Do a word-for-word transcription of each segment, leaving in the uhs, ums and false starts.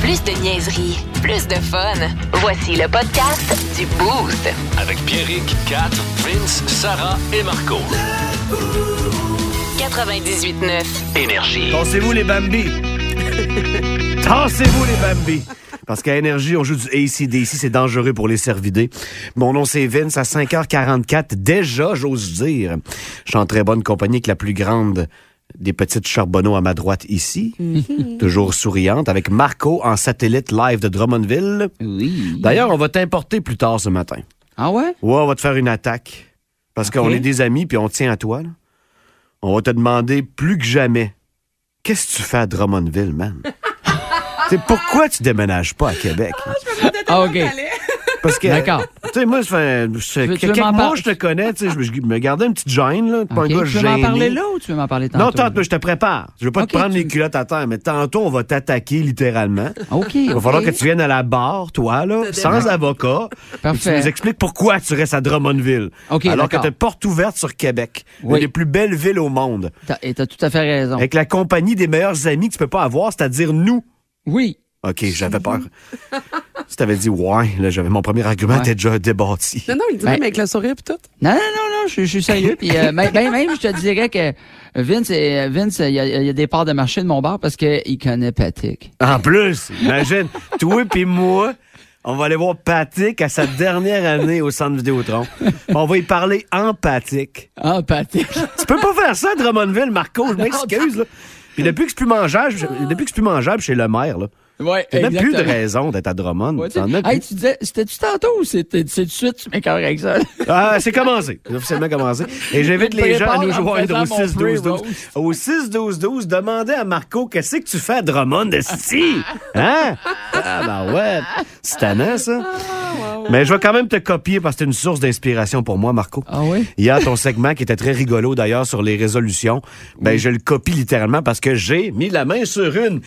Plus de niaiserie, plus de fun. Voici le podcast du Boost. Avec Pierrick, Kat, Vince, Sarah et Marco. quatre-vingt-dix-huit neuf. Énergie. Tassez-vous les Bambi. Tassez-vous les Bambi. Parce qu'à Énergie, on joue du A C D C, c'est dangereux pour les cervidés. Mon nom, c'est Vince, à cinq heures quarante-quatre. Déjà, j'ose dire, je suis en très bonne compagnie avec la plus grande des petites charbonneaux à ma droite ici. Mm-hmm. Toujours souriante, avec Marco en satellite live de Drummondville. Oui. D'ailleurs, on va t'importer plus tard ce matin. Ah ouais? Ouais, on va te faire une attaque. Parce okay. qu'on est des amis, puis on tient à toi, là. On va te demander plus que jamais, qu'est-ce que tu fais à Drummondville, man? C'est pourquoi tu déménages pas à Québec? Ah, je me ah, OK. Parce que, d'accord. Tu sais, moi, ça fait, ça fait quelques mois par... je te connais, tu sais, je, je me gardais une petite gêne, là. Pas okay. un gars tu veux gêné. m'en parler là ou tu veux m'en parler tantôt? Non, tantôt, je te prépare. Je veux pas okay, te prendre tu... les culottes à terre, mais tantôt, on va t'attaquer littéralement. OK. Il va okay. falloir que tu viennes à la barre, toi, là, sans avocat. Parfait. Et tu nous expliques pourquoi tu restes à Drummondville. OK, alors d'accord. que t'as porte ouverte sur Québec. Oui. Une des plus belles villes au monde. T'as, et t'as tout à fait raison. Avec la compagnie des meilleurs amis que tu peux pas avoir, c'est-à-dire nous. Oui. OK, j'avais peur. Si t'avais dit ouais, là, j'avais mon premier argument, ouais. T'es déjà débattu. Non, non, il dirait, ben, mais avec le sourire pis tout. Non, non, non, non, je, je suis sérieux. Puis euh, ben, ben, même, je te dirais que Vince, et, Vince, il y, y a des parts de marché de mon bar parce qu'il connaît Patrick. En plus, imagine, toi et moi, on va aller voir Patrick à sa dernière année au Centre Vidéotron. On va y parler empathique. Empathique. Tu peux pas faire ça à Drummondville, Marco, je m'excuse, là. Puis depuis que c'est plus mangeable, depuis que c'est plus mangeable chez le maire, là. Ouais, t'as même plus de raison d'être à Drummond. Ouais, hey, tu disais, c'était-tu tantôt ou c'était, c'est tout de suite, tu m'écœures avec ça? Ah, c'est commencé. C'est officiellement commencé. Et j'invite les gens à nous joindre au six douze douze. Au six douze douze, demandez à Marco, qu'est-ce que tu fais à Drummond, esti? Hein? Ah, ben ouais. C'est tannant, ça. Mais je vais quand même te copier parce que c'est une source d'inspiration pour moi, Marco. Ah oui? Il y a ton segment qui était très rigolo, d'ailleurs, sur les résolutions. Ben, oui. Je le copie littéralement parce que j'ai mis la main sur une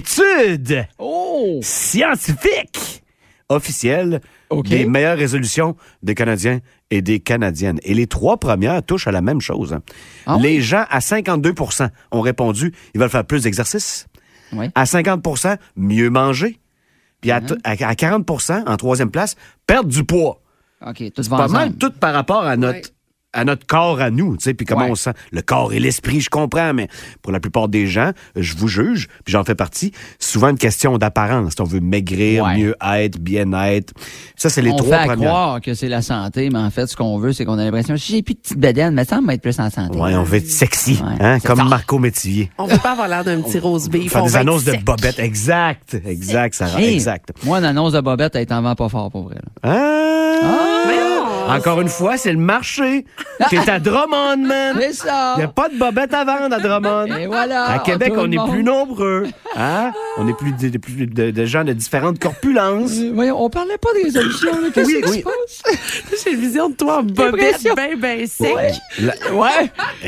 étude. Oh! Scientifique officielle okay. des meilleures résolutions des Canadiens et des Canadiennes. Et les trois premières touchent à la même chose. Hein. Ah les oui? gens, à cinquante-deux pour cent, ont répondu ils veulent faire plus d'exercice. Oui. À cinquante pour cent, mieux manger. Puis à, t- à quarante pour cent, en troisième place, perdre du poids. OK, c'est pas mal tout par rapport à notre... Oui. à notre corps à nous, tu sais, puis comment ouais. on sent. Le corps et l'esprit, je comprends, mais pour la plupart des gens, je vous juge, puis j'en fais partie, souvent une question d'apparence. On veut maigrir, ouais. mieux être, bien-être. Ça, c'est les on trois fait premières. On fait croire que c'est la santé, mais en fait, ce qu'on veut, c'est qu'on a l'impression, si j'ai plus de petite bedaine, mais ça me être plus en santé. Ouais, on veut être sexy, ouais, hein, comme ça. Marco Métivier. On veut pas avoir l'air d'un petit rose beef. Faire on des annonces de sec. bobettes, exact, exact, Sarah, hey, exact. Moi, une annonce de bobette, elle t'en vend pas fort, pour vrai. Là. Ah! ah! Encore une fois, c'est le marché. T'es à Drummond, man. C'est ça. Il n'y a pas de bobettes à vendre à Drummond. Et voilà. À Québec, on est monde. plus nombreux. Hein? On est plus de, de, de, de, de gens de différentes corpulences. Euh, voyons, on parlait pas des résolutions. Là. Qu'est-ce oui, qui oui. se passe? J'ai une vision de toi en bobette bien, bien sec. Ouais. La... ouais.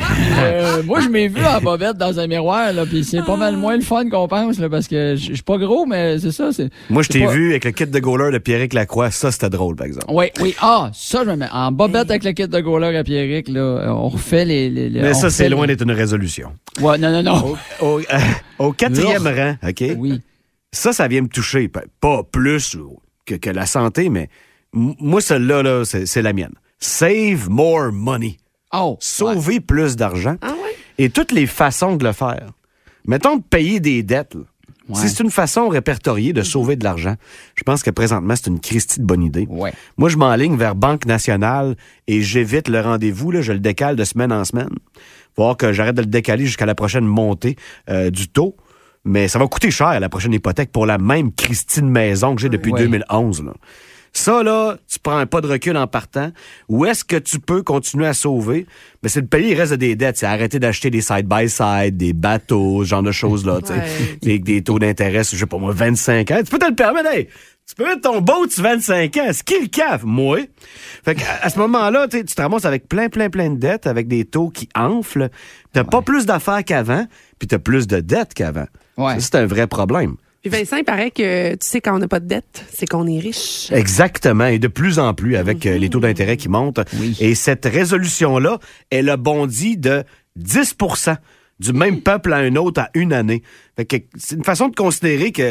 euh, moi, je m'ai vu en bobette dans un miroir, là, puis c'est pas mal moins le fun qu'on pense, là, parce que je suis pas gros, mais c'est ça. C'est, moi, je t'ai pas... vu avec le kit de goaler de Pierrick Lacroix. Ça, c'était drôle, par exemple. Oui, oui. Ah, ça, je me mets en bobette avec le kit de goaler à Pierrick, là. On refait les. les, les mais ça, c'est les... loin d'être une résolution. Ouais, non, non, non. Au, au, euh, au quatrième rang, OK? Oui. Ça, ça vient me toucher. Pas plus que, que la santé, mais m- moi, celle-là, là, c'est, c'est la mienne. Save more money. Oh. Sauver ouais. plus d'argent. Ah ouais? Et toutes les façons de le faire. Mettons de payer des dettes, là. Ouais. Si c'est une façon répertoriée de sauver de l'argent, je pense que présentement, c'est une Christie de bonne idée. Ouais. Moi, je m'enligne vers Banque Nationale et j'évite le rendez-vous. Là, je le décale de semaine en semaine. Faut voir que j'arrête de le décaler jusqu'à la prochaine montée euh, du taux. Mais ça va coûter cher, la prochaine hypothèque, pour la même Christie de maison que j'ai depuis ouais. deux mille onze. Là. Ça, là, tu prends un pas de recul en partant. Où est-ce que tu peux continuer à sauver? Ben, c'est de payer le reste de des dettes. C'est arrêter d'acheter des side-by-side, des bateaux, ce genre de choses-là. Ouais. Avec des taux d'intérêt, je sais pas moi, vingt-cinq ans. Tu peux te le permettre, hey, tu peux mettre ton boat sur vingt-cinq ans. Ce qui le cave? Moi. Fait qu'à à ce moment-là, tu te ramasses avec plein, plein, plein de dettes, avec des taux qui enflent. T'as ouais. pas plus d'affaires qu'avant, puis t'as plus de dettes qu'avant. Ouais. Ça, c'est un vrai problème. Puis Vincent, il paraît que tu sais, quand on n'a pas de dette, c'est qu'on est riche. Exactement, et de plus en plus avec mm-hmm. euh, les taux d'intérêt qui montent. Oui. Et cette résolution-là, elle a bondi de dix pour cent du même peuple à un autre à une année. Fait que c'est une façon de considérer que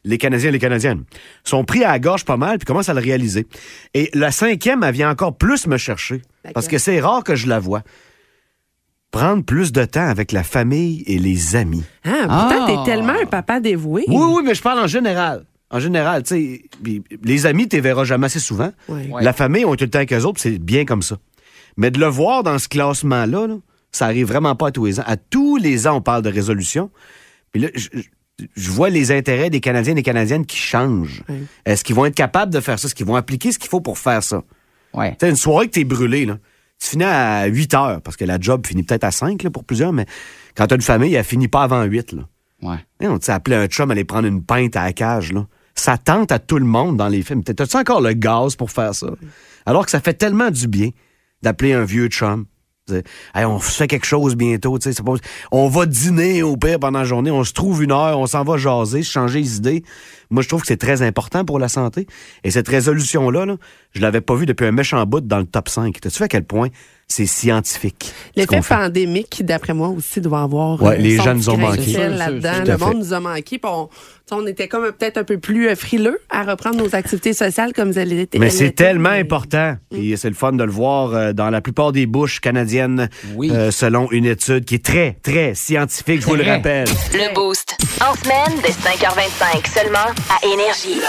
les Canadiens et les Canadiennes. Ils sont pris à la gorge pas mal, puis commencent à le réaliser. Et la cinquième, elle vient encore plus me chercher, D'accord. parce que c'est rare que je la vois. Prendre plus de temps avec la famille et les amis. Ah, pourtant, Ah. t'es tellement un papa dévoué. Oui, oui, mais je parle en général. En général, tu sais, puis les amis, tu les verras jamais assez souvent. Ouais. Ouais. La famille, on est tout le temps avec eux autres, puis c'est bien comme ça. Mais de le voir dans ce classement-là, là, ça arrive vraiment pas à tous les ans. À tous les ans, on parle de résolution. Puis là, je, je- je vois les intérêts des Canadiens et des Canadiennes qui changent. Ouais. Est-ce qu'ils vont être capables de faire ça? Est-ce qu'ils vont appliquer ce qu'il faut pour faire ça? Ouais. Tu sais, une soirée que t'es brûlé, là. Tu finis à huit heures, parce que la job finit peut-être à cinq là, pour plusieurs, mais quand t'as une famille, elle finit pas avant huit. Là. Ouais. Et on s'est appelé un chum aller prendre une pinte à la cage. Là. Ça tente à tout le monde dans les films. T'as-tu encore le gaz pour faire ça? Alors que ça fait tellement du bien d'appeler un vieux chum. Dire, hey, on se fait quelque chose bientôt. C'est pas... On va dîner au pire pendant la journée. On se trouve une heure, on s'en va jaser, changer les idées. Moi, je trouve que c'est très important pour la santé. Et cette résolution-là, là, je l'avais pas vue depuis un méchant bout dans le top cinq. T'as-tu vu à quel point c'est scientifique? L'effet ce qu'on fait? pandémique, d'après moi, aussi, doit avoir Ouais, euh, les son gens petit nous ont grain de manqué. sel C'est sûr, là-dedans. c'est sûr. Le Tout à monde fait. nous a manqué. Puis on, on était comme peut-être un peu plus euh, frileux à reprendre nos activités sociales comme elles étaient. Mais c'est elles étaient. tellement important. Puis c'est le fun de le voir euh, dans la plupart des bouches canadiennes, Oui. euh, selon une étude qui est très, très scientifique, je vous le Très. rappelle. Le Boost. En semaine, dès cinq heures vingt-cinq, seulement à Énergie.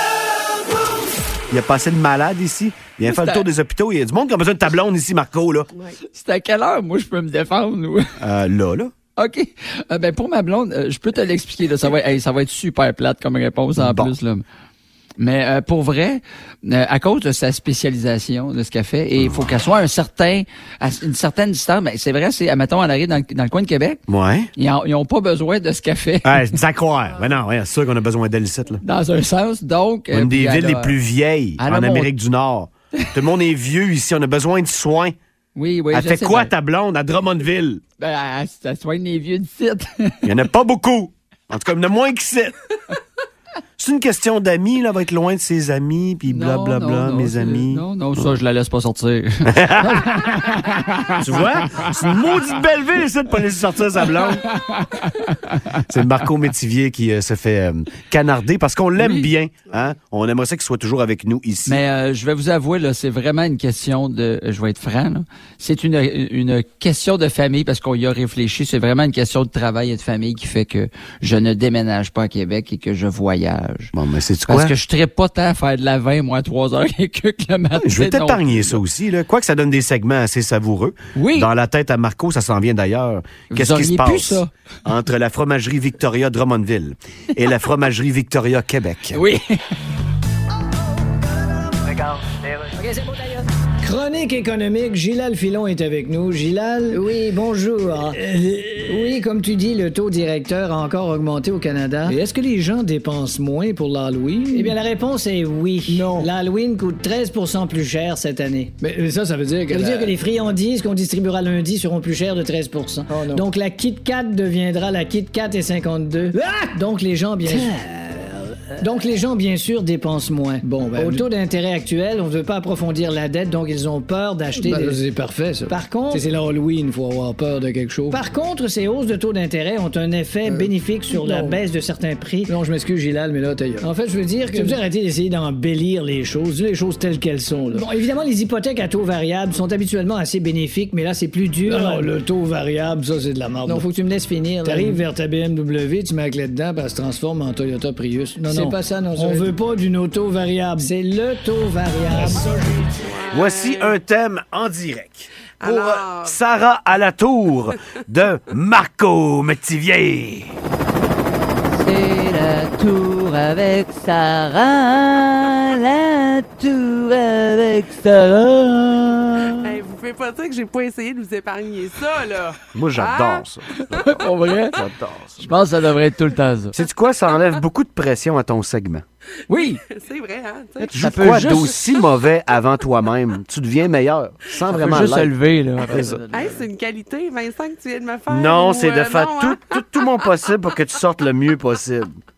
Il y a pas assez de malades ici. Viens faire le C'est tour un- des hôpitaux. Il y a du monde qui a besoin de ta blonde ici, Marco, là. C'est à quelle heure, moi, je peux me défendre, ou? Euh, là, là. OK. Euh, ben, pour ma blonde, euh, je peux te l'expliquer, là. Ça va, hey, ça va être super plate comme réponse en Bon. plus, là. Mais euh, pour vrai, euh, à cause de sa spécialisation, de ce qu'elle fait, et il faut qu'elle soit à un certain, à une certaine distance. Ben, c'est vrai, c'est, admettons, elle arrive dans, le- dans le coin de Québec, Ouais. ils n'ont pas besoin de ce qu'elle fait, Ah, c'est à croire. Mais non, ouais, c'est sûr qu'on a besoin d'elle ici, là. dans un sens. Donc, euh, Une des puis elle villes les a- plus vieilles elle a en mon- Amérique du Nord. Tout le monde est vieux ici. On a besoin de soins. Oui, oui. Elle je fait sais quoi, bien. ta blonde, à Drummondville? Ben, elle, elle soigne les vieux de site. Il y en a pas beaucoup. En tout cas, il y en a moins que sept. C'est une question d'amis, là, va être loin de ses amis, puis Non, blablabla, non, non, mes c'est- amis. Non, non, ça, je la laisse pas sortir. Tu vois? C'est une maudite belle ville, ça, de pas laisser sortir sa blonde. C'est Marco Métivier qui euh, se fait euh, canarder parce qu'on l'aime Oui. bien. Hein? On aimerait ça qu'il soit toujours avec nous ici. Mais euh, je vais vous avouer, là, c'est vraiment une question de... Je vais être franc, là. C'est une, une question de famille parce qu'on y a réfléchi. C'est vraiment une question de travail et de famille qui fait que je ne déménage pas à Québec et que je voyage. Bon, mais c'est quoi? Parce que je ne pas tant à faire de la vin, moi, à trois heures et que le matin. Je vais non t'épargner plus, ça là. aussi. Là. Quoi que ça donne des segments assez savoureux. Oui. Dans la tête à Marco, ça s'en vient d'ailleurs. Vous Qu'est-ce qui se auriez passe pu, ça. entre la fromagerie Victoria Drummondville et la fromagerie Victoria Québec? Oui. Chronique économique, Gilal Filon est avec nous. Gilal? Oui, bonjour. Oui, comme tu dis, le taux directeur a encore augmenté au Canada. Et est-ce que les gens dépensent moins pour l'Halloween? Eh bien, la réponse est oui. Non. L'Halloween coûte treize pour cent plus cher cette année. Mais ça, ça veut dire que... Ça veut la- dire que les friandises qu'on distribuera lundi seront plus chères de treize pour cent. Oh non. Donc, la Kit Kat deviendra la Kit Kat et cinquante-deux. Donc, les gens, bien sûr... Donc, les gens, bien sûr, dépensent moins. Bon, ben, Au vous- taux d'intérêt actuel, on ne veut pas approfondir la dette, donc ils ont peur d'acheter Ben, des... c'est parfait, ça. Par contre... C'est c'est l'Halloween, il faut avoir peur de quelque chose. Par contre, ces hausses de taux d'intérêt ont un effet bénéfique sur la non. baisse de certains prix. Non, je m'excuse, Gilal, mais là, t'as En fait, je veux dire que... Tu veux arrêter d'essayer d'embellir les choses, dis les choses telles qu'elles sont, là. Bon, évidemment, les hypothèques à taux variable sont habituellement assez bénéfiques, mais là, c'est plus dur. Non, non, le taux variable, ça, c'est de la merde. Non, faut que tu me laisses finir, là. T'arrives vers ta B M W, tu mets la clé dedans, puis elle se transforme en Toyota Prius. Non, C'est non. pas ça, non, ça On veut- veut pas d'une auto variable. C'est le taux variable. Voici un thème en direct. Pour Alors. euh, Sarah à la tour de Marco Métivier. C'est la tour avec Sarah, la tour avec Sarah. Hey, vous pouvez pas dire que j'ai pas essayé de vous épargner ça, là. Moi, j'adore Ah. ça. Pour vrai? J'adore ça. Je pense que ça devrait être tout le temps ça. Sais-tu quoi? Ça enlève beaucoup de pression à ton segment. Oui. C'est vrai, hein? tu sais. Tu Ça joues peut quoi juste- d'aussi mauvais avant toi-même? Tu deviens meilleur, sans On peut vraiment juste se l'être. lever, là. après ça. ça. Hey, c'est une qualité, Vincent, que tu viens de me faire. Non, ou, c'est de euh, faire non, tout, hein? tout, tout mon possible pour que tu sortes le mieux possible.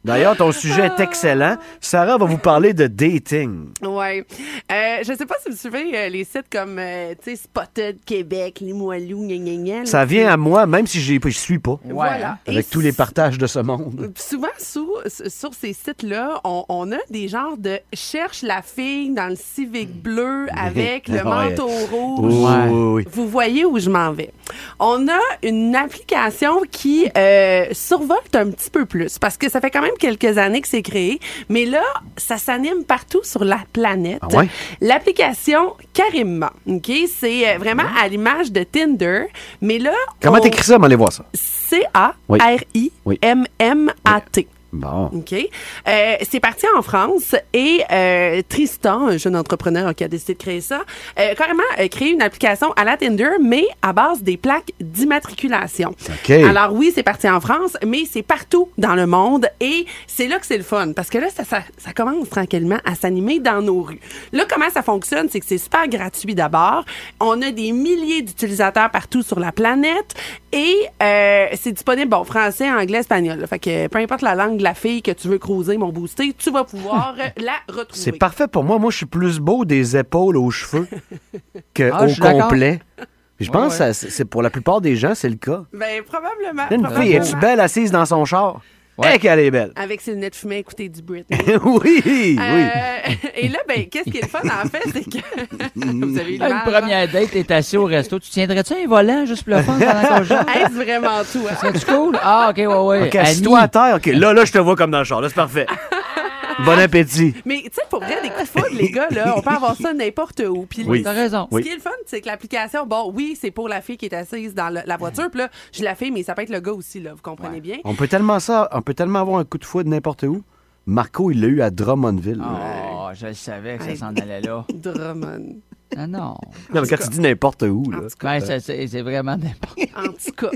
D'ailleurs, ton sujet est excellent. Sarah va vous parler de dating. Oui. Euh, je sais pas si vous suivez euh, les sites comme euh, tu sais, Spotted Québec, Limoilou, gna gna gna. Ça vient à moi, même si je ne suis pas. Voilà. Avec Et tous les partages de ce monde. souvent, sous, sur ces sites-là, on, on a des genres de « cherche la fille dans le Civic bleu avec le Ouais. manteau rouge ». Oui, oui, oui. Vous voyez où je m'en vais. On a une application qui euh, survolte un petit peu plus parce que ça fait quand même quelques années que c'est créé, mais là, ça s'anime partout sur la planète. Ah ouais? L'application Karima, OK? C'est euh, vraiment à l'image de Tinder, mais là... Comment on- t'écris ça? M'allez voir ça. C A R I M M A T. Bon. OK. Euh, c'est parti en France et euh, Tristan, un jeune entrepreneur qui a décidé de créer ça, euh, carrément euh, créé une application à la Tinder, mais à base des plaques d'immatriculation. OK. Alors oui, c'est parti en France, mais c'est partout dans le monde et c'est là que c'est le fun parce que là, ça, ça, ça commence tranquillement à s'animer dans nos rues. Là, comment ça fonctionne? C'est que c'est super gratuit d'abord. On a des milliers d'utilisateurs partout sur la planète et euh, c'est disponible, bon, français, anglais, espagnol. Là. Fait que peu importe la langue de la fille que tu veux cruiser, mon boosté, tu vas pouvoir la retrouver. C'est parfait pour moi. Moi, je suis plus beau des épaules aux cheveux que Ah, je au suis d'accord. complet. Puis je Ouais, pense ouais. que ça- c'est pour la plupart des gens, c'est le cas. Ben, probablement. Une probablement. fille, es-tu belle assise dans son char? Ouais. Eh, qu'elle est belle. Avec ses lunettes fumées, écouter du Britney. oui, oui. Euh, et là, ben, qu'est-ce qui est le fun, en fait, c'est que... Vous avez À l'image, une première date, t'es assis au resto. Tu tiendrais-tu un volant juste pour le fun pendant qu'on jase? hein? Est-ce vraiment tout? Hein? C'est-tu cool? Ah, OK, ouais, ouais. OK, assis-toi à terre. OK, là, là, je te vois comme dans le char. Là, c'est parfait. Bon appétit. Mais, tu sais, pour vrai, des coups de foudre, les gars, là, on peut avoir ça n'importe où. Puis Oui. T'as raison. Ce qui est le fun, c'est que l'application, bon, oui, c'est pour la fille qui est assise dans le- la voiture. Puis là, je la fais, mais ça peut être le gars aussi, là. Vous comprenez bien? On peut tellement ça, on peut tellement avoir un coup de foudre n'importe où. Marco, il l'a eu à Drummondville. Oh, je le savais que ça s'en allait là. Drummond. Ah non. Non, mais quand tu dis n'importe où, là. En tout cas. Ben, ça, c'est c'est vraiment n'importe En tout cas.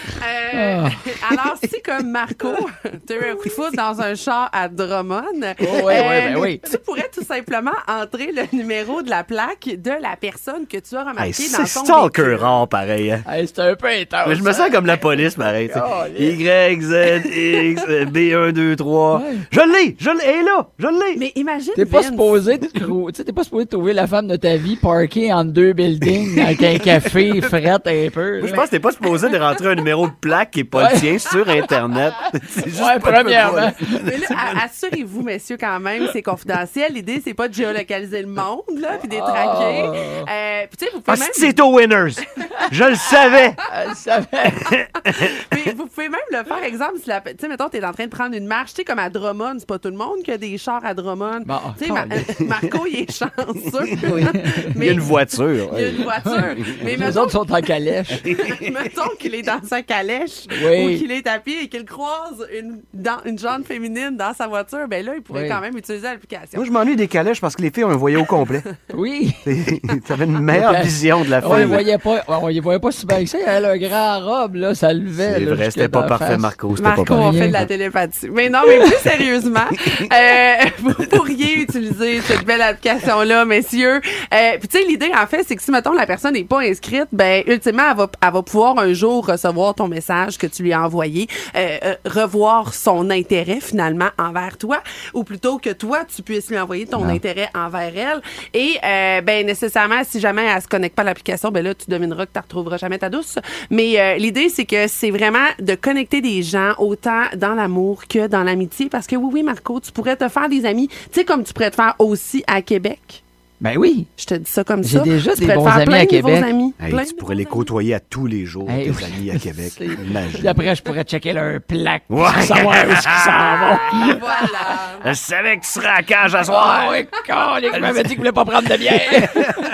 Euh, Alors, si comme Marco, tu as eu un coup de foudre dans un char à Drummond, Oh, oui, oui, ben oui. tu pourrais tout simplement entrer le numéro de la plaque de la personne que tu as remarqué Hey, dans c'est ton stalker véhicule. rare, pareil. Hein? Hey, c'est un peu intense. Mais je me sens comme la police, pareil. tu sais. Oh, Y, Z, X, B un, deux, trois. Ouais. Je l'ai! Je l'ai! Elle est là! Je l'ai! Mais imagine, T'es pas Vince, supposé de trou- tu sais, t'es pas supposé de trouver la femme de ta vie parkée entre deux buildings avec un café frette un peu. Moi, je là. pense que t'es pas supposé de rentrer un numéro de plaque qui est pas Ouais. le tien sur Internet. C'est juste Ouais, pas le premièrement. Mais là, a- assurez-vous, messieurs, quand même, c'est confidentiel. L'idée, c'est pas de géolocaliser le monde, là, puis des traquer. Euh, puis tu sais, vous Ah, pouvez si même... c'est aux winners! Je le savais! Elle savait. Mais vous pouvez même le faire, exemple, si la, tu sais, mettons, t'es en train de prendre une marche, tu sais, comme à Drummond, c'est pas tout le monde qui a des chars à Drummond. Bon, tu sais, Ma- calme. Marco, il est chanceux. Il y a une voiture. Il y a une voiture. Mais Les mettons, autres sont en calèche. mettons qu'il est dans sa calèche Oui. ou qu'il est à pied et qu'il croise une, dans, une jambe féminine dans sa voiture, ben là, il pourrait Oui. quand même utiliser l'application. Moi, je m'ennuie des calèches parce que les filles ont un voyage au complet. Oui. T'avais une meilleure Ok. vision de la On les fille. voyait pas, on les voyait pas si bien que ça. Elle a un grand robe, là, ça levait. C'est là, vrai, jusque c'était pas dans la parfait, face. Marco. C'était Marco, pas on parfait. fait de la télépathie. Mais non, mais plus sérieusement, euh, vous pourriez utiliser cette belle application-là, messieurs. Euh, Puis tu sais, l'idée, en fait, c'est que si, mettons, la personne n'est pas inscrite, ben ultimement, elle va, elle va pouvoir un jour recevoir ton message que tu lui as envoyé, euh, euh, revoir son intérêt, finalement, envers toi, ou plutôt que toi, tu puisses lui envoyer ton intérêt envers elle. Et, euh, ben nécessairement, si jamais elle se connecte pas à l'application, ben là, tu devineras que tu ne retrouveras jamais ta douce. Mais euh, l'idée, c'est que c'est vraiment de connecter des gens autant dans l'amour que dans l'amitié. Parce que oui, oui, Marco, tu pourrais te faire des amis, tu sais, comme tu pourrais te faire aussi à Québec. Ben oui. Je te dis ça comme J'ai ça. déjà tu des pourrais te bons faire amis plein à de nouveaux Québec. amis. Hey, Plein tu de pourrais les nouveaux côtoyer à tous les jours, Hey, tes oui. amis à Québec. Puis Imagine. après, je pourrais checker leur plaque Ouais. pour savoir où est-ce qu'ils s'en vont. amis. Voilà. Je savais que tu serais à cage à soir. Ah oui, calique, je m'avais dit qu'il voulait pas prendre de bière.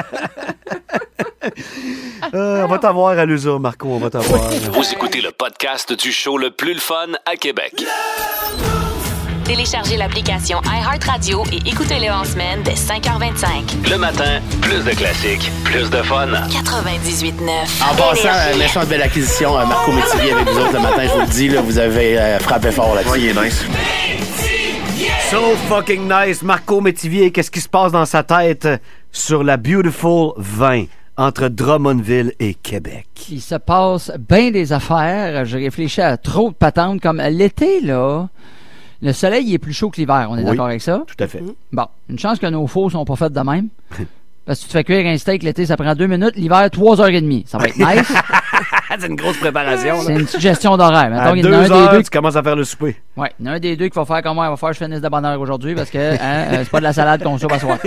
Euh, on va t'avoir à l'usure, Marco, on va t'avoir. Vous écoutez le podcast du show le plus le fun à Québec. Téléchargez l'application iHeartRadio et écoutez-le en semaine dès cinq heures vingt-cinq. Le matin, plus de classiques, plus de fun. quatre-vingt-dix-huit neuf. En passant, euh, Énergie. méchante belle acquisition, euh, Marco Métivier avec vous autres le matin, je vous le dis, là, vous avez euh, frappé fort là-dessus. il est nice. So fucking nice. Marco Métivier, qu'est-ce qui se passe dans sa tête sur la Beautiful vingt entre Drummondville et Québec? Il se passe bien des affaires. Je réfléchis à trop de patentes comme l'été, là. Le soleil, il est plus chaud que l'hiver. On est Oui. d'accord avec ça? Tout à fait. Bon, une chance que nos fours sont pas faits de même. Parce que tu te fais cuire un steak l'été, ça prend deux minutes. L'hiver, trois heures et demie. Ça va être nice. C'est une grosse préparation. C'est Là. une petite gestion d'horaire. Mettons À qu'il y en deux a un heures, des deux. tu commences à faire le souper. Ouais, il y en a un des deux qui va faire comme moi. Il va faire je finisse de bonne heure aujourd'hui parce que hein, euh, c'est pas de la salade qu'on soupe à soir.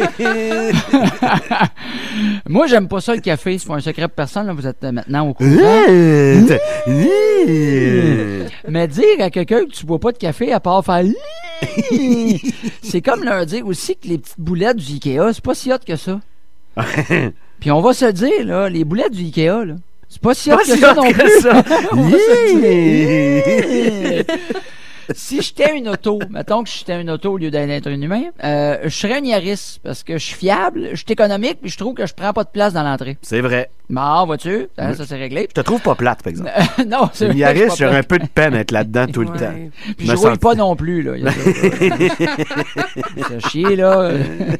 Moi, j'aime pas ça le café. C'est pas un secret pour personne. Là. Vous êtes euh, maintenant au courant. Mais dire à quelqu'un que tu bois pas de café à part faire c'est comme leur dire aussi que les petites boulettes du Ikea, c'est pas si hot que ça. Puis on va se le dire, là, les boulettes du Ikea, là, c'est pas si hot Pas que si ça hot non que plus. ça. On va se le dire. Si j'étais une auto, mettons que j'étais une auto au lieu d'être un humain, euh, je serais un Yaris parce que je suis fiable, je suis économique, puis je trouve que je prends pas de place dans l'entrée. C'est vrai. Bon, vois-tu, hein, ça c'est réglé. Je te trouve pas plate, par exemple. Non, c'est Une vrai que je Yaris, suis pas j'aurais un plate. peu de peine à être là-dedans tout le Ouais. temps. Puis Me je roule sens- pas non plus, là. Il y a ça, ça chier, là.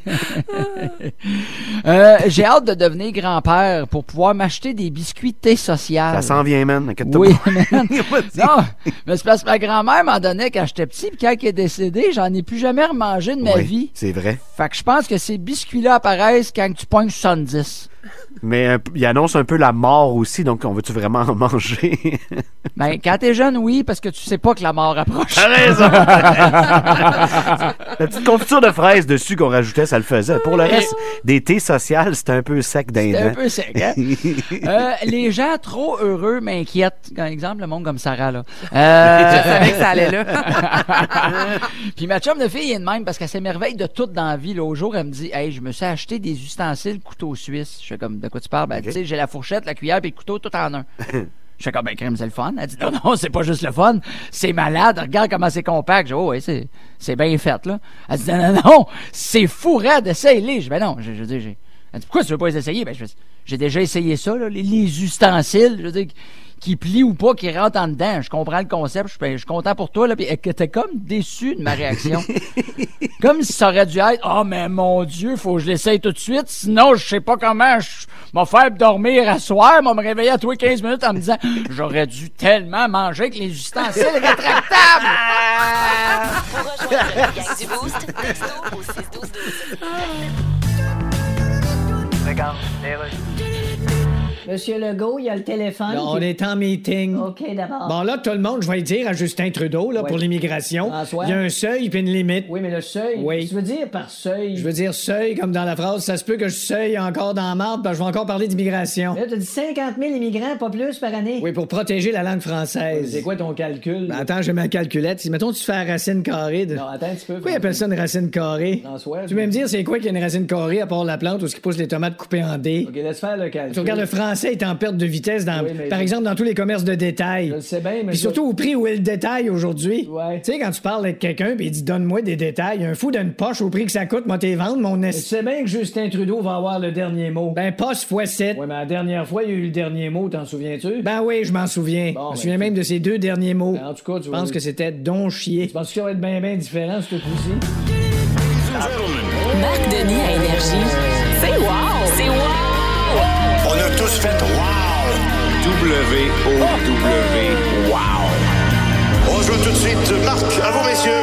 Euh, j'ai hâte de devenir grand-père pour pouvoir m'acheter des biscuits thé social. Ça s'en vient, man. Inquiète-toi Oui, pas. man. Non, mais c'est parce que ma grand-mère m'en donnait quand j'étais petit, puis quand elle est décédée, j'en ai plus jamais remangé de ma Oui, vie. c'est vrai. Fait que je pense que ces biscuits-là apparaissent quand tu pognes soixante-dix. Mais un p- il annonce un peu la mort aussi, donc on veut-tu vraiment en manger? Ben, quand t'es jeune, oui, parce que tu sais pas que la mort approche. T'as raison! La petite confiture de fraises dessus qu'on rajoutait, ça le faisait. Pour le reste, des thés sociales, c'était un peu sec d'un C'est un dent. peu sec, hein? Euh, les gens trop heureux m'inquiètent. Par exemple, le monde comme Sarah, là. Euh... Je savais que ça allait là. Puis ma chum de fille est de même parce qu'elle s'émerveille de tout dans la vie. L'autre jour, elle me dit « Hey, je me suis acheté des ustensiles couteau suisse. » Je fais comme « De quoi tu parles? Ben, Ok. tu sais, j'ai la fourchette, la cuillère puis le couteau tout en un. » Je fais comme « Ben, crème, c'est le fun. » Elle dit « Non, non, c'est pas juste le fun. C'est malade. Regarde comment c'est compact. » Je dis « Oh, ouais, c'est, c'est bien fait, là. » Elle dit « Non, non, non. C'est fou, raide. Essaye-les. » Je dis « Ben non. » Je, je dis j'ai... Elle dit « Pourquoi tu veux pas les essayer? » Ben, je fais, j'ai déjà essayé ça, là, les, les ustensiles. Je veux dire, qui plient ou pas, qui rentrent en dedans. Je comprends le concept. Je, je suis content pour toi, là. Puis elle était comme déçue de ma réaction. Comme si ça aurait dû être « Oh, mais mon Dieu, faut que je l'essaye tout de suite. Sinon, je sais pas comment je m'en faire dormir à soir. M'en me réveiller à tous les quinze minutes en me disant « J'aurais dû tellement manger avec les ustensiles rétractables. » Pour rejoindre le gang du Boost, texto au six douze douze. Monsieur Legault, il y a le téléphone. Là, on qui- est en meeting. OK, d'abord. Bon, là, tout le monde, je vais le dire à Justin Trudeau, là, Ouais. pour l'immigration. François. Il y a un seuil puis une limite. Oui, mais le seuil. Oui. Tu veux dire par seuil? Je veux dire seuil, comme dans la phrase, ça se peut que je seuille encore dans la marde, parce que je vais encore parler d'immigration. Là, t'as dit cinquante mille immigrants, pas plus par année. Oui, pour protéger la langue française. C'est quoi ton calcul? Ben, attends, j'ai ma calculette. Si, mettons, tu fais la racine carrée de... Non, attends un petit peu. Pourquoi ils appellent ça une racine carrée? François. Tu veux me dire, c'est quoi qu'il y a une racine carrée à part la plante où ce qui pousse les tomates coupées en dés? OK, laisse faire le calcul. Tu regardes, le français est en perte de vitesse, dans, Oui, mais par je- exemple, dans tous les commerces de détail. Je le sais bien, mais... Puis surtout au prix où est le détail aujourd'hui. Ouais. Tu sais, quand tu parles avec quelqu'un puis il dit donne-moi des détails, un fou d'une poche au prix que ça coûte, moi t'es vendre, mon Mais esti. tu sais bien que Justin Trudeau va avoir le dernier mot. Ben, poche fois sept. Ouais, mais la dernière fois, il y a eu le dernier mot, t'en souviens-tu? Ben oui, je m'en souviens. Bon, je me ben, souviens tu- même de ces deux derniers mots. Ben, en tout cas, tu Je pense vas- que c'était don chier. Tu penses que ça va être bien, bien différent, ce coup-ci? Marc Denis à Énergie. C'est wow! C'est wow! On a tous fait wow! W O W wow. On joue tout de suite. Marc, à vous, messieurs.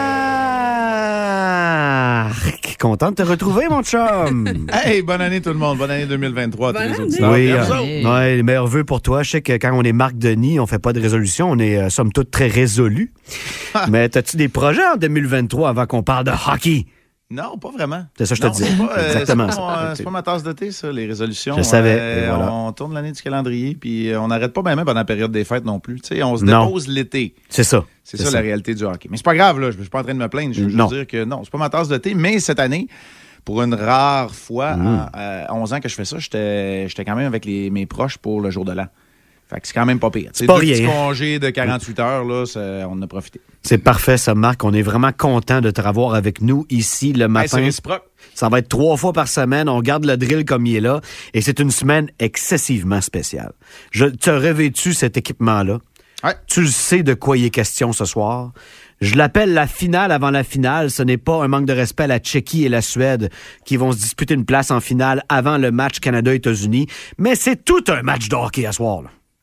Marc, content de te retrouver, mon chum. Hey, bonne année tout le monde. Bonne année deux mille vingt-trois à tous Bonne les année. auditeurs. Oui, Merci. euh, ouais, les meilleurs vœux pour toi. Je sais que quand on est Marc Denis, on fait pas de résolution. On est, euh, somme toute, très résolus. Mais as-tu des projets en deux mille vingt-trois avant qu'on parle de hockey? Non, pas vraiment. C'est ça que je te Non, dis. c'est pas, euh, Exactement c'est ça. pas, mon- c'est pas ma tasse de thé, ça, les résolutions. Je savais, Euh, et voilà. On tourne l'année du calendrier, puis euh, on n'arrête pas même pendant la période des fêtes non plus. Tu sais, on se Non. dépose l'été. C'est ça. C'est ça, la réalité du hockey. Mais c'est pas grave, là. Je suis pas en train de me plaindre. Je veux Non. juste dire que non, c'est pas ma tasse de thé. Mais cette année, pour une rare fois, Mm. à, à onze ans que je fais ça, j'étais j'étais quand même avec les, mes proches pour le jour de l'an. Fait que c'est quand même pas pire. C'est pas deux petits rien. congés de quarante-huit heures, là, ça- on en a profité. C'est parfait, ça, Marc. On est vraiment content de te revoir avec nous ici le Hey, matin. c'est réciproque. Ça va être trois fois par semaine. On garde le drill comme il est là. Et c'est une semaine excessivement spéciale. Je, tu as revêtu cet équipement-là. Ouais. Tu le sais de quoi il est question ce soir. Je l'appelle la finale avant la finale. Ce n'est pas un manque de respect à la Tchéquie et la Suède qui vont se disputer une place en finale avant le match Canada-États-Unis. Mais c'est tout un match de hockey à soir, là.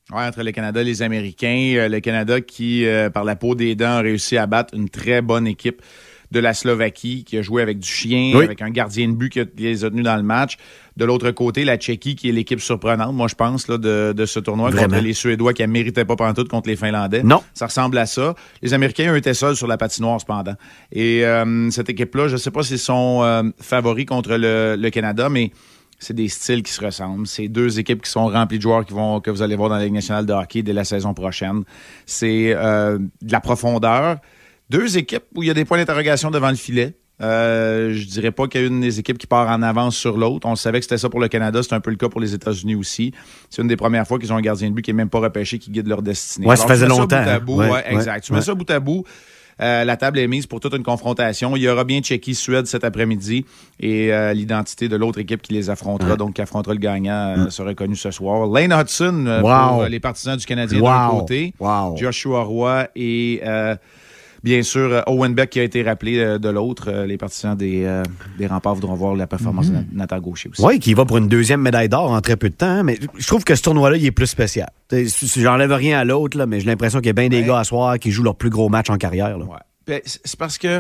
Oui, entre le Canada et les Américains. Euh, le Canada qui, euh, par la peau des dents, a réussi à battre une très bonne équipe de la Slovaquie, qui a joué avec du chien, oui. avec un gardien de but qui, a, qui les a tenus dans le match. De l'autre côté, la Tchéquie, qui est l'équipe surprenante, moi, je pense, là, de, de ce tournoi, Vraiment. contre les Suédois qui ne méritaient pas pantoute contre les Finlandais. Non. Ça ressemble à ça. Les Américains, eux, étaient seuls sur la patinoire, cependant. Et euh, cette équipe-là, je ne sais pas s'ils sont euh, favoris contre le, le Canada, mais c'est des styles qui se ressemblent. C'est deux équipes qui sont remplies de joueurs qui vont, que vous allez voir dans la Ligue nationale de hockey dès la saison prochaine. C'est euh, de la profondeur. Deux équipes où il y a des points d'interrogation devant le filet. Euh, je dirais pas qu'il y a une des équipes qui part en avance sur l'autre. On savait que c'était ça pour le Canada. C'est un peu le cas pour les États-Unis aussi. C'est une des premières fois qu'ils ont un gardien de but qui n'est même pas repêché, qui guide leur destinée. Ouais, Alors, ça faisait longtemps. Ça bout à bout, hein? ouais, ouais, exact. Ouais, tu mets ouais. ça bout à bout. Euh, la table est mise pour toute une confrontation. Il y aura bien Tchéquie-Suède cet après-midi et euh, l'identité de l'autre équipe qui les affrontera, ouais. donc qui affrontera le gagnant, euh, mm. sera connu ce soir. Lane Hudson euh, wow. pour euh, les partisans du Canadien wow. d'un côté. Wow. Joshua Roy et... Euh, Bien sûr, Owen Beck qui a été rappelé euh, de l'autre. Euh, les partisans des, euh, des Remparts voudront voir la performance mm-hmm. de Nathan Gaucher aussi. Oui, qui va pour une deuxième médaille d'or en très peu de temps. Hein, mais je trouve que ce tournoi-là, il est plus spécial. J'enlève rien à l'autre, là, mais j'ai l'impression qu'il y a bien des ouais. gars à soir qui jouent leur plus gros match en carrière. Là. Ouais. Ben, c'est parce que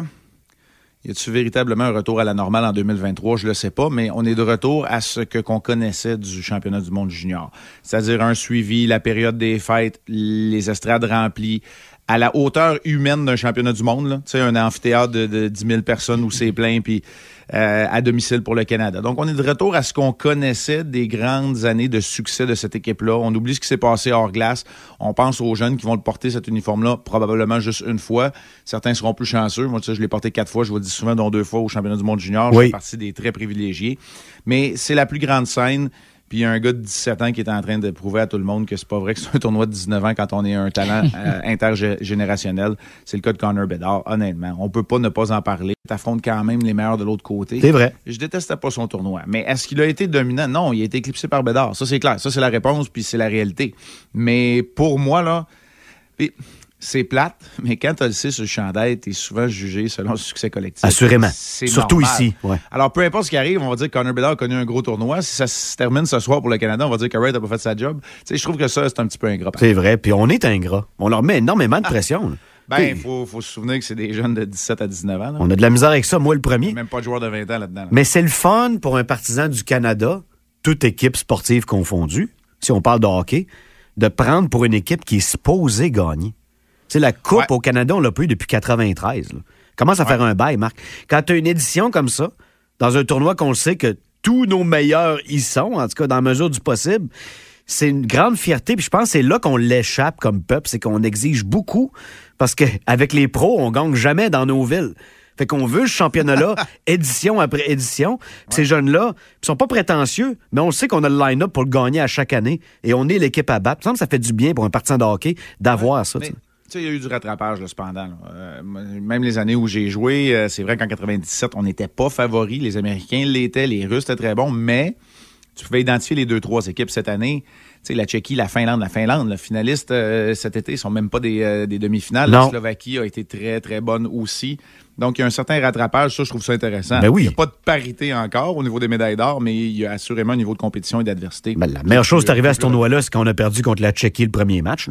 y a-t-il véritablement un retour à la normale en deux mille vingt-trois? Je le sais pas, mais on est de retour à ce que qu'on connaissait du championnat du monde junior. C'est-à-dire un suivi, la période des fêtes, les estrades remplies, à la hauteur humaine d'un championnat du monde, là. Tu sais, un amphithéâtre de, de dix mille personnes où c'est plein, puis euh, à domicile pour le Canada. Donc, on est de retour à ce qu'on connaissait des grandes années de succès de cette équipe-là. On oublie ce qui s'est passé hors glace. On pense aux jeunes qui vont le porter, cet uniforme-là, probablement juste une fois. Certains seront plus chanceux. Moi, tu sais, je l'ai porté quatre fois, je vous le dis souvent, dont deux fois au championnat du monde junior. Oui. Je fais partie des très privilégiés. Mais c'est la plus grande scène. Puis il y a un gars de dix-sept ans qui est en train de prouver à tout le monde que c'est pas vrai que c'est un tournoi de dix-neuf ans quand on est un talent euh, intergénérationnel. C'est le cas de Connor Bedard, honnêtement. On peut pas ne pas en parler. T'affrontes quand même les meilleurs de l'autre côté. C'est vrai. Je détestais pas son tournoi. Mais est-ce qu'il a été dominant? Non, il a été éclipsé par Bedard. Ça, c'est clair. Ça, c'est la réponse, puis c'est la réalité. Mais pour moi, là... Puis, c'est plate, mais quand tu le sais sur le chandail, tu es souvent jugé selon le succès collectif. Assurément. C'est Surtout normal. ici. Ouais. Alors, peu importe ce qui arrive, on va dire que Connor Bedard a connu un gros tournoi. Si ça se termine ce soir pour le Canada, on va dire que Ray n'a pas fait sa job. Tu sais, je trouve que ça, c'est un petit peu ingrat. C'est vrai, puis on est ingrat. On leur met énormément de pression. Là. Ben, il faut, faut se souvenir que c'est des jeunes de dix-sept à dix-neuf ans. Là. On a de la misère avec ça, moi le premier. Même pas de joueurs de vingt ans là-dedans. Là. Mais c'est le fun pour un partisan du Canada, toute équipe sportive confondue, si on parle de hockey, de prendre pour une équipe qui est supposée gagner. Tu sais, la Coupe ouais. au Canada, on l'a pas eu depuis quatre-vingt-treize. Là. Commence à ouais. faire un bail, Marc. Quand tu as une édition comme ça, dans un tournoi qu'on le sait que tous nos meilleurs y sont, en tout cas dans la mesure du possible, c'est une grande fierté. Puis je pense que c'est là qu'on l'échappe comme peuple, c'est qu'on exige beaucoup. Parce qu'avec les pros, on gagne jamais dans nos villes. Fait qu'on veut ce championnat-là, édition après édition. Puis ouais. ces jeunes-là, ils sont pas prétentieux, mais on sait qu'on a le line-up pour le gagner à chaque année. Et on est l'équipe à battre. Il me semble que ça fait du bien pour un partisan de hockey d'avoir ouais, ça. Mais... Tu sais, il y a eu du rattrapage, là, cependant. Là. Euh, même les années où j'ai joué, euh, c'est vrai qu'en quatre-vingt-dix-sept, on n'était pas favoris. Les Américains l'étaient, les Russes étaient très bons, mais tu pouvais identifier les deux, trois équipes cette année. Tu sais, la Tchéquie, la Finlande, la Finlande, le finaliste euh, cet été, ils sont même pas des, euh, des demi-finales. Non. La Slovaquie a été très, très bonne aussi. Donc, il y a un certain rattrapage. Ça, je trouve ça intéressant. Ben oui. Il n'y a pas de parité encore au niveau des médailles d'or, mais il y a assurément un niveau de compétition et d'adversité. Ben, la meilleure chose qui est arrivée à ce tournoi-là, c'est qu'on a perdu contre la Tchéquie le premier match. Là.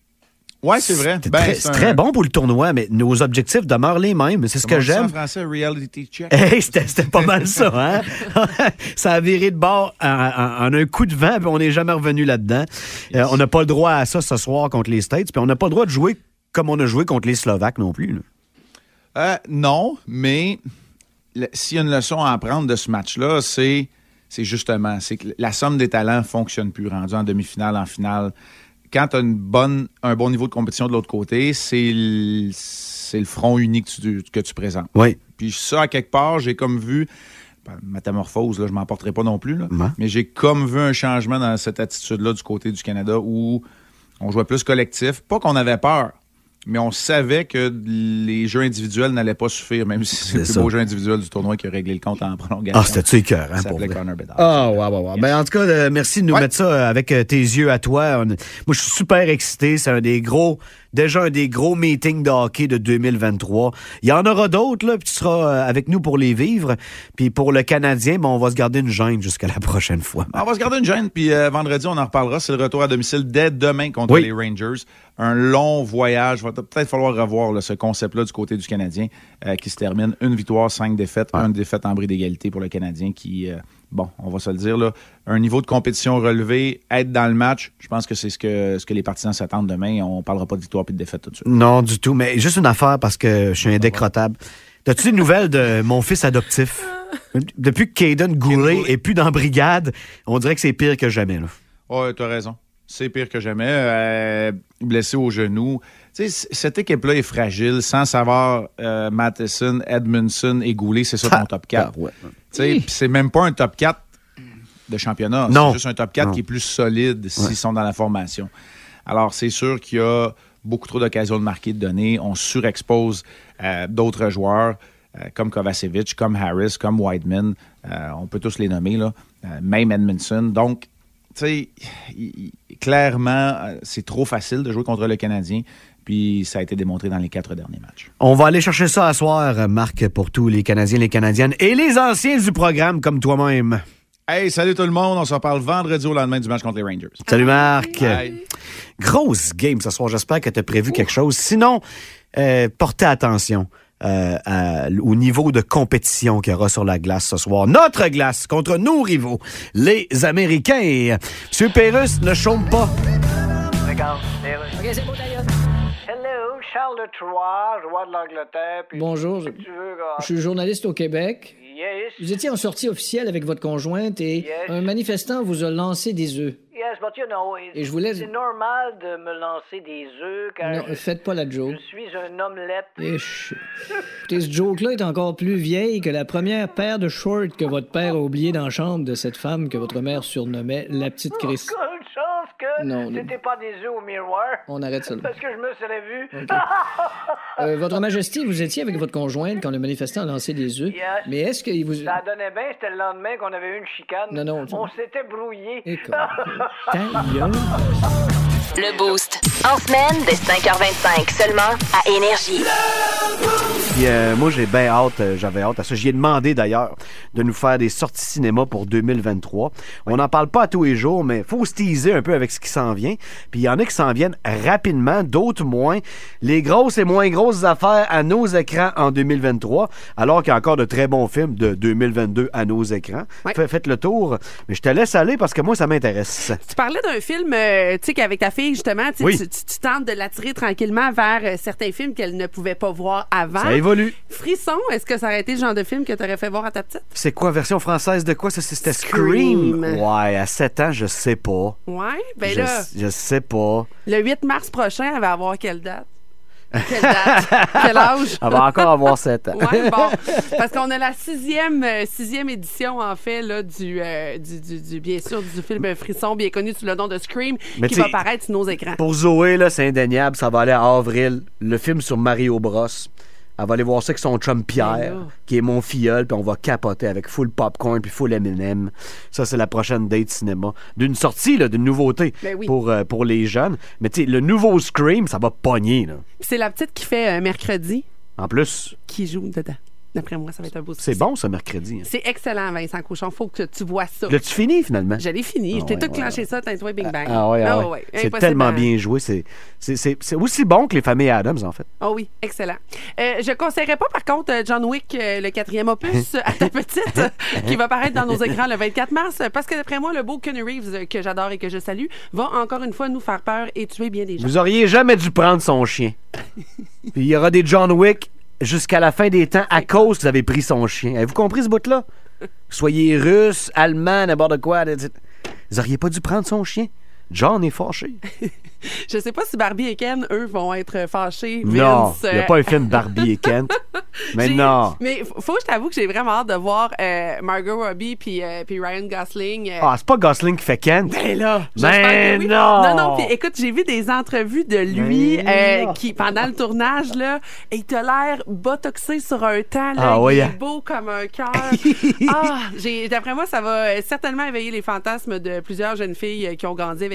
Oui, c'est vrai. C'est, ben, très, c'est, c'est un... très bon pour le tournoi, mais nos objectifs demeurent les mêmes. C'est ce Comment que j'aime. En français, reality check. Hey, c'était, c'était pas mal ça, hein? Ça a viré de bord en, en, en un coup de vent, puis on n'est jamais revenu là-dedans. Yes. Euh, on n'a pas le droit à ça ce soir contre les States, puis on n'a pas le droit de jouer comme on a joué contre les Slovaques non plus. Là. Euh, non, mais le, s'il y a une leçon à apprendre de ce match-là, c'est, c'est justement c'est que la somme des talents ne fonctionne plus, rendu en demi-finale, en finale. Quand tu as une bonne, un bon niveau de compétition de l'autre côté, c'est le, c'est le front unique que tu, que tu présentes. Oui. Puis ça, à quelque part, j'ai comme vu, ben, métamorphose, là, je m'en porterai pas non plus, là, ouais. mais j'ai comme vu un changement dans cette attitude-là du côté du Canada où on jouait plus collectif. Pas qu'on avait peur, mais on savait que les jeux individuels n'allaient pas suffire, même si c'est, c'est le plus ça. beau jeu individuel du tournoi qui a réglé le compte en prolongation. Ah, c'était-tu écœurant, hein, ça s'appelait Connor Bedard. Ah, ouais, ouais, ouais. Yes. Ben, en tout cas, euh, merci de nous ouais. mettre ça avec euh, tes yeux à toi. On, moi, je suis super excité. C'est un des gros déjà un des gros meetings de hockey de deux mille vingt-trois. Il y en aura d'autres, là, puis tu seras avec nous pour les vivre. Puis pour le Canadien, ben, on va se garder une gêne jusqu'à la prochaine fois. On va se garder une gêne, puis euh, vendredi, on en reparlera. C'est le retour à domicile dès demain contre oui. les Rangers. Un long voyage. Il va peut-être falloir revoir là, ce concept-là du côté du Canadien euh, qui se termine. Une victoire, cinq défaites, ouais. une défaite en bris d'égalité pour le Canadien qui, euh, bon, on va se le dire, là, un niveau de compétition relevé, être dans le match, je pense que c'est ce que, ce que les partisans s'attendent demain. On ne parlera pas de victoire puis de défaite tout de suite. Non, du tout. Mais juste une affaire parce que je suis indécrottable. T'as-tu des nouvelles de mon fils adoptif? Depuis que Caden Goulet est plus dans la brigade, on dirait que c'est pire que jamais. Oui, tu as raison. C'est pire que jamais. Euh, blessé au genou. Tu sais, cette équipe-là est fragile. Sans savoir euh, Matheson, Edmondson et Goulet, c'est ça ton top quatre. Ah, ouais. Tu sais, oui. C'est même pas un top quatre de championnat. Non. C'est juste un top quatre non. qui est plus solide s'ils ouais. sont dans la formation. Alors, c'est sûr qu'il y a beaucoup trop d'occasions de marquer, de donner. On surexpose euh, d'autres joueurs euh, comme Kovacevic, comme Harris, comme Wideman. Euh, on peut tous les nommer, là. Euh, même Edmondson. Donc, tu sais, clairement, c'est trop facile de jouer contre le Canadien. Puis ça a été démontré dans les quatre derniers matchs. On va aller chercher ça à soir, Marc, pour tous les Canadiens, les Canadiennes et les anciens du programme comme toi-même. Hey, salut tout le monde. On se reparle vendredi au lendemain du match contre les Rangers. Salut Marc. Bye. Grosse game ce soir. J'espère que tu as prévu Ouf. quelque chose. Sinon, euh, portez attention. Euh, à, au niveau de compétition qu'il y aura sur la glace ce soir. Notre glace contre nos rivaux, les Américains. Monsieur Pérusse, ne chôme pas. Regarde, OK, c'est beau d'ailleurs. Hello, Charles de Troyes, roi de l'Angleterre. Puis bonjour, je, tu veux, je suis journaliste au Québec. Yes. Vous étiez en sortie officielle avec votre conjointe et yes. un manifestant vous a lancé des œufs. Yes, but you know, et je voulais... c'est normal de me lancer des œufs car non, je... faites pas la joke. Je suis un omelette. Ish. Écoutez, ce joke-là est encore plus vieille que la première paire de shorts que votre père a oublié dans la chambre de cette femme que votre mère surnommait la petite Chris. Oh, une chance que non, c'était pas des œufs au miroir. On arrête ça là. Parce que je me serais vu. Okay. euh, votre Majesté, vous étiez avec votre conjointe quand le manifestant a lancé des œufs. Yes. Mais est-ce qu'il vous... Ça donnait bien, c'était le lendemain qu'on avait eu une chicane. Non, non. On s'était brouillé. Le Boost. En semaine, dès cinq heures vingt-cinq, seulement à Énergie. Puis, euh, moi, j'ai bien hâte, euh, j'avais hâte à ça. J'y ai demandé, d'ailleurs, de nous faire des sorties cinéma pour deux mille vingt-trois. On n'en parle pas à tous les jours, mais il faut se teaser un peu avec ce qui s'en vient. Puis, il y en a qui s'en viennent rapidement, d'autres moins. Les grosses et moins grosses affaires à nos écrans en deux mille vingt-trois, alors qu'il y a encore de très bons films de deux mille vingt-deux à nos écrans. Ouais. Faites le tour. Mais je te laisse aller parce que moi, ça m'intéresse. Tu parlais d'un film, euh, tu sais, qu'avec ta fille, justement, oui. tu, tu, tu tentes de l'attirer tranquillement vers euh, certains films qu'elle ne pouvait pas voir avant. Ça évolue. Frisson, est-ce que ça aurait été le genre de film que tu aurais fait voir à ta petite? C'est quoi, version française de quoi? Ça, c'était Scream. Scream. Ouais, à sept ans, je sais pas. Ouais, ben je, là... Je sais pas. Le huit mars prochain, elle va avoir quelle date? Quelle date? Quel âge? Elle va encore avoir sept ans. Oui, bon. Parce qu'on a la sixième, euh, sixième édition, en fait, là, du, euh, du, du, du, bien sûr, du film Frisson, bien connu sous le nom de Scream, mais qui va apparaître sur nos écrans. Pour Zoé, là, c'est indéniable. Ça va aller à avril. Le film sur Mario Bros. Elle va aller voir ça avec son chum Pierre, qui est mon filleul, puis on va capoter avec full popcorn puis full M and M. Ça, c'est la prochaine date cinéma. D'une sortie, là, d'une nouveauté ben oui. pour, euh, pour les jeunes. Mais tu sais, le nouveau Scream, ça va pogner. Là. C'est la petite qui fait euh, mercredi. En plus. Qui joue dedans. D'après moi, ça va être un beau succès. C'est bon, ça, mercredi. Hein. C'est excellent, Vincent Cochon. Faut que tu vois ça. L'as-tu fini, finalement? Je l'ai fini. Ah, je t'ai ouais, tout ouais, clenché ouais. ça, t'as toi, Bing Bang. Ah, ouais, ah, ouais. ouais. C'est tellement bien joué. C'est, c'est, c'est, c'est aussi bon que les familles Adams, en fait. Ah oh oui, excellent. Euh, je conseillerais pas, par contre, John Wick, euh, le quatrième opus, à ta petite, qui va paraître dans nos écrans le vingt-quatre mars, parce que, d'après moi, le beau Keanu Reeves, que j'adore et que je salue, va encore une fois nous faire peur et tuer bien des gens. Vous auriez jamais dû prendre son chien. Puis il y aura des John Wick jusqu'à la fin des temps à cause que vous avez pris son chien. Avez-vous compris ce bout-là? Soyez russe, allemand, n'importe quoi. Vous auriez pas dû prendre son chien. John est fâché. Je sais pas si Barbie et Ken, eux, vont être fâchés. Non, Vince, il n'y a pas un film Barbie et Ken. Mais j'ai, non. Mais faut que je t'avoue que j'ai vraiment hâte de voir euh, Margot Robbie puis euh, puis Ryan Gosling. Euh... Ah, c'est pas Gosling qui fait Ken. Ben là, ben oui. non. Non, non, puis écoute, j'ai vu des entrevues de lui euh, qui, pendant le tournage, là, il t'a l'air botoxé sur un temps, là, ah, il ouais. est beau comme un cœur. ah, j'ai, d'après moi, ça va certainement éveiller les fantasmes de plusieurs jeunes filles qui ont grandi avec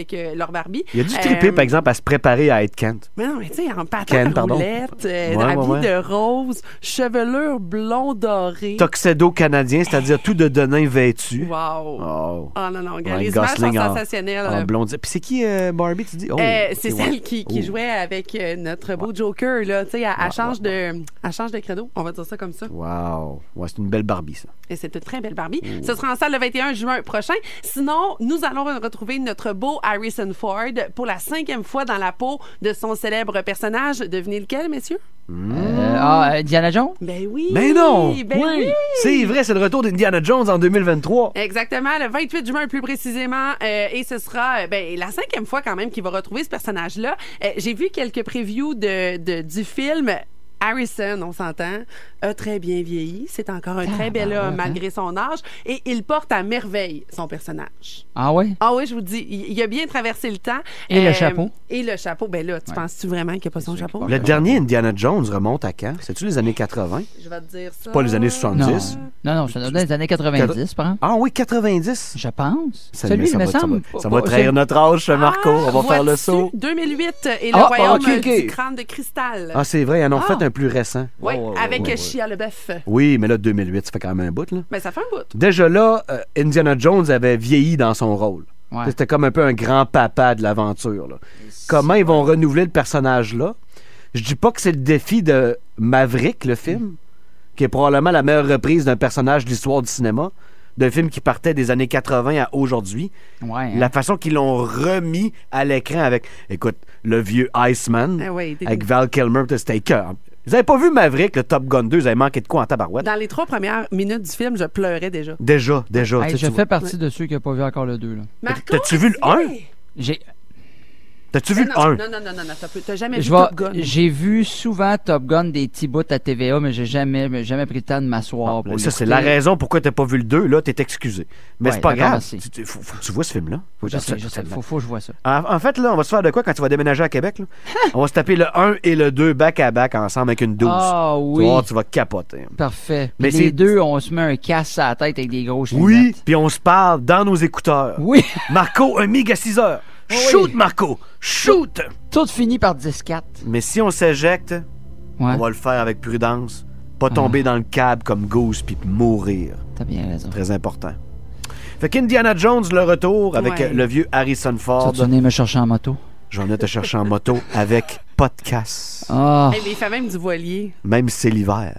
avec euh, leur Barbie. Il a dû triper, Euh, par exemple, à se préparer à être Kent. Mais non, mais tu sais, en patin Ken, pardon. roulette, euh, Ouais, habillé ouais, ouais. de rose, chevelure blond dorée. Tuxedo canadien, c'est-à-dire tout de denain vêtu. Wow. Oh. Oh non, non, regarde, Ouais, les images sont Gosling en- sensationnelles. En blond. Puis c'est qui euh, Barbie, tu dis? Oh, Euh, c'est ouais. celle qui, qui Oh. jouait avec euh, notre beau Joker, là. Tu sais, elle, elle change de, elle change de credo. On va dire ça comme ça. Wow. Ouais, c'est une belle Barbie, ça. Et c'est une très belle Barbie. Ce sera en salle le vingt et un juin prochain. Sinon, nous allons retrouver notre beau Harrison Ford pour la cinquième fois dans la peau de son célèbre personnage. Devinez lequel, messieurs? Euh, ah, Indiana Jones? Ben oui! Mais non! Ben oui! C'est vrai, c'est le retour d'Indiana Jones en deux mille vingt-trois. Exactement, le vingt-huit juin plus précisément. Euh, et ce sera euh, ben, la cinquième fois quand même qu'il va retrouver ce personnage-là. Euh, j'ai vu quelques previews de, de, du film. Harrison, on s'entend, a très bien vieilli. C'est encore un très bel homme malgré son âge. Et il porte à merveille son personnage. Ah ouais? Ah oui, je vous dis, il, il a bien traversé le temps. Et le chapeau? Et le chapeau. Ben là, tu Ouais. penses-tu vraiment qu'il n'y a pas son chapeau? Le dernier Indiana Jones remonte à quand? C'est-tu les années quatre-vingts? Je vais te dire ça. Pas les années soixante-dix? Non, non, c'est dans les années quatre-vingt-dix, par exemple. Ah oui, quatre-vingt-dix? Je pense. Ça, Celui, mais ça il me va, ça semble. va- ça va trahir notre âge, Marco. On va faire le Vois-tu? saut. deux mille huit et le Ah, royaume ok, ok. du crâne de cristal. Ah, c'est vrai, ils en ont Ah. fait un plus récent. Oui, Ouais, ouais, avec ouais, ouais. Shia LaBeouf. Oui, mais là, deux mille huit, ça fait quand même un bout, là. Ben, ça fait un bout. Déjà là, euh, Indiana Jones avait vieilli dans son rôle. Ouais. C'était comme un peu un grand-papa de l'aventure, là. Comment ils vont renouveler le personnage-là? Je dis pas que c'est le défi de Maverick, le film, qui est probablement la meilleure reprise d'un personnage de l'histoire du cinéma, d'un film qui partait des années quatre-vingts à aujourd'hui. Ouais, hein. La façon qu'ils l'ont remis à l'écran avec, écoute, le vieux Iceman, Ah ouais, avec Val Kilmer, c'était écœurant. Vous avez pas vu Maverick, le Top Gun deux, vous avez manqué de quoi en tabarouette? Dans les trois premières minutes du film, je pleurais déjà. Déjà, déjà. Hey, tu sais, je tu fais vois. partie de ceux qui n'ont pas vu encore le deux. Là. Marco, T'as-tu vu le un? J'ai T'as-tu Eh vu non, le un? non, non, non, non, non, t'as peu- t'as jamais je vu vais- Top Gun. j'ai vu souvent Top Gun des petits bouts à T V A, mais j'ai jamais, mais jamais pris le temps de m'asseoir. pour Ça, c'est l'écouter. la raison pourquoi t'as pas vu le deux, là, t'es excusé. Mais Ouais, c'est pas d'accord, grave. merci. Tu- tu- Faut, faut que tu vois ce film-là. Faut Je que- sais, je sais. Faut, faut que je vois ça. En, en fait, là, on va se faire de quoi quand tu vas déménager à Québec? Là? On va se taper le un et le deux back-à-back ensemble avec une douze. Ah Tu oui. vas voir, tu vas capoter. Parfait. Mais Mais les c'est- deux, on se met un casse à la tête avec des grosses Oui, lunettes. puis on se parle dans nos écouteurs. Oui. Marco, un méga six heures. Oui. Shoot, Marco! Shoot! Tout finit par dix quatre. Mais si on s'éjecte, Ouais. on va le faire avec prudence. Pas tomber dans le câble comme Goose puis mourir. T'as bien raison. Très important. Fait qu'Indiana Jones, le retour avec Ouais. euh, le vieux Harrison Ford. Tu venais me chercher en moto? J'en ai te chercher en moto avec podcast. Ah. Hey, mais il fait même du voilier. Même si c'est l'hiver.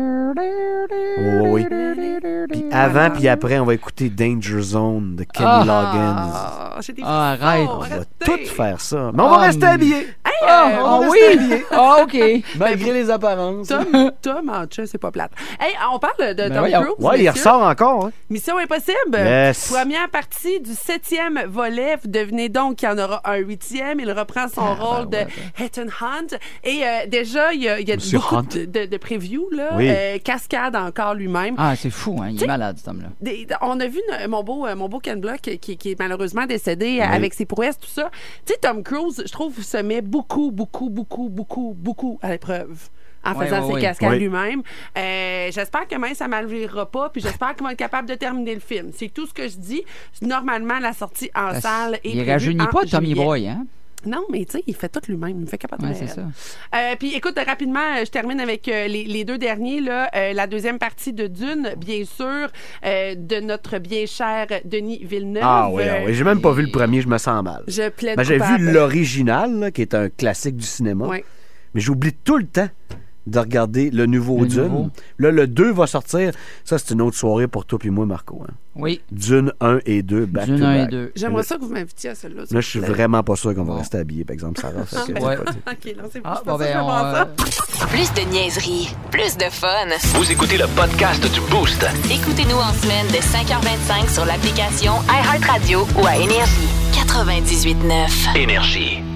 Oh, oui. Puis avant puis après, on va écouter Danger Zone de Kenny Ah. Loggins. Ah, j'ai des Ah, frissons, arrête. On va arrêtez. tout faire ça. Mais on va Ah, rester mais- habillés. Hey, Ah, euh, ah on va oui! rester habillés. Ah, OK. Malgré les apparences. Tom, Tom Hanks, c'est pas plate. Hey, on parle de Ben Tom voyons. Cruise. Ouais, il messieurs. ressort encore. Hein. Mission Impossible. Yes. Première partie du septième volet. Vous devinez donc qu'il y en aura un huitième. Il reprend son Ah, rôle ben de ouais, Ethan Hunt. Et euh, déjà, il y a, il y a Monsieur beaucoup Hunt. de, de, de previews. Là. Oui. Euh, cascade encore lui-même. Ah, c'est fou, hein. Il est T'sais- malade, cet homme-là. Des- on a vu euh, mon beau, euh, mon beau Ken Block qui, qui est malheureusement décédé euh, avec ses prouesses, tout ça. Tu sais, Tom Cruise, je trouve, se met beaucoup, beaucoup, beaucoup, beaucoup, beaucoup à l'épreuve en Ouais, faisant ouais, ses ouais. cascades Ouais. lui-même. Euh, j'espère que même ça ne malvirera pas, puis j'espère qu'il va être capable de terminer le film. C'est tout ce que je dis. Normalement, la sortie en Ben, salle est Il prévue rajeunit en pas Tommy juillet. Boy, hein? Non, mais tu sais, il fait tout lui-même. Il me fait capable Ouais, de c'est ça. euh, Puis écoute, rapidement, euh, je termine avec euh, les, les deux derniers. Là, Euh, la deuxième partie de Dune, bien sûr, euh, de notre bien cher Denis Villeneuve. Ah oui, ah Euh, oui. J'ai même pas vu le premier, je me sens mal. Je plaide Ben, j'ai coupable. vu l'original, là, qui est un classique du cinéma. Ouais. Mais j'oublie tout le temps de regarder le nouveau Le Dune. nouveau. Là, le deux va sortir. Ça, c'est une autre soirée pour toi et moi, Marco. Hein. Oui. Dune un et deux, back Dune to un et back. deux. J'aimerais Là, ça que vous m'invitiez à celle-là. là, je suis vraiment pas sûr qu'on va Bon. rester habillé, par exemple, Sarah. Fait que, Ouais. c'est pas- OK, non, c'est Ah, je bon, pensais ben, que je on, vais faire ça. euh, Plus de niaiserie, plus de fun. Vous écoutez le podcast du Boost. Écoutez-nous en semaine de cinq heures vingt-cinq sur l'application iHeartRadio ou à Énergie. quatre-vingt-dix-huit neuf. Énergie.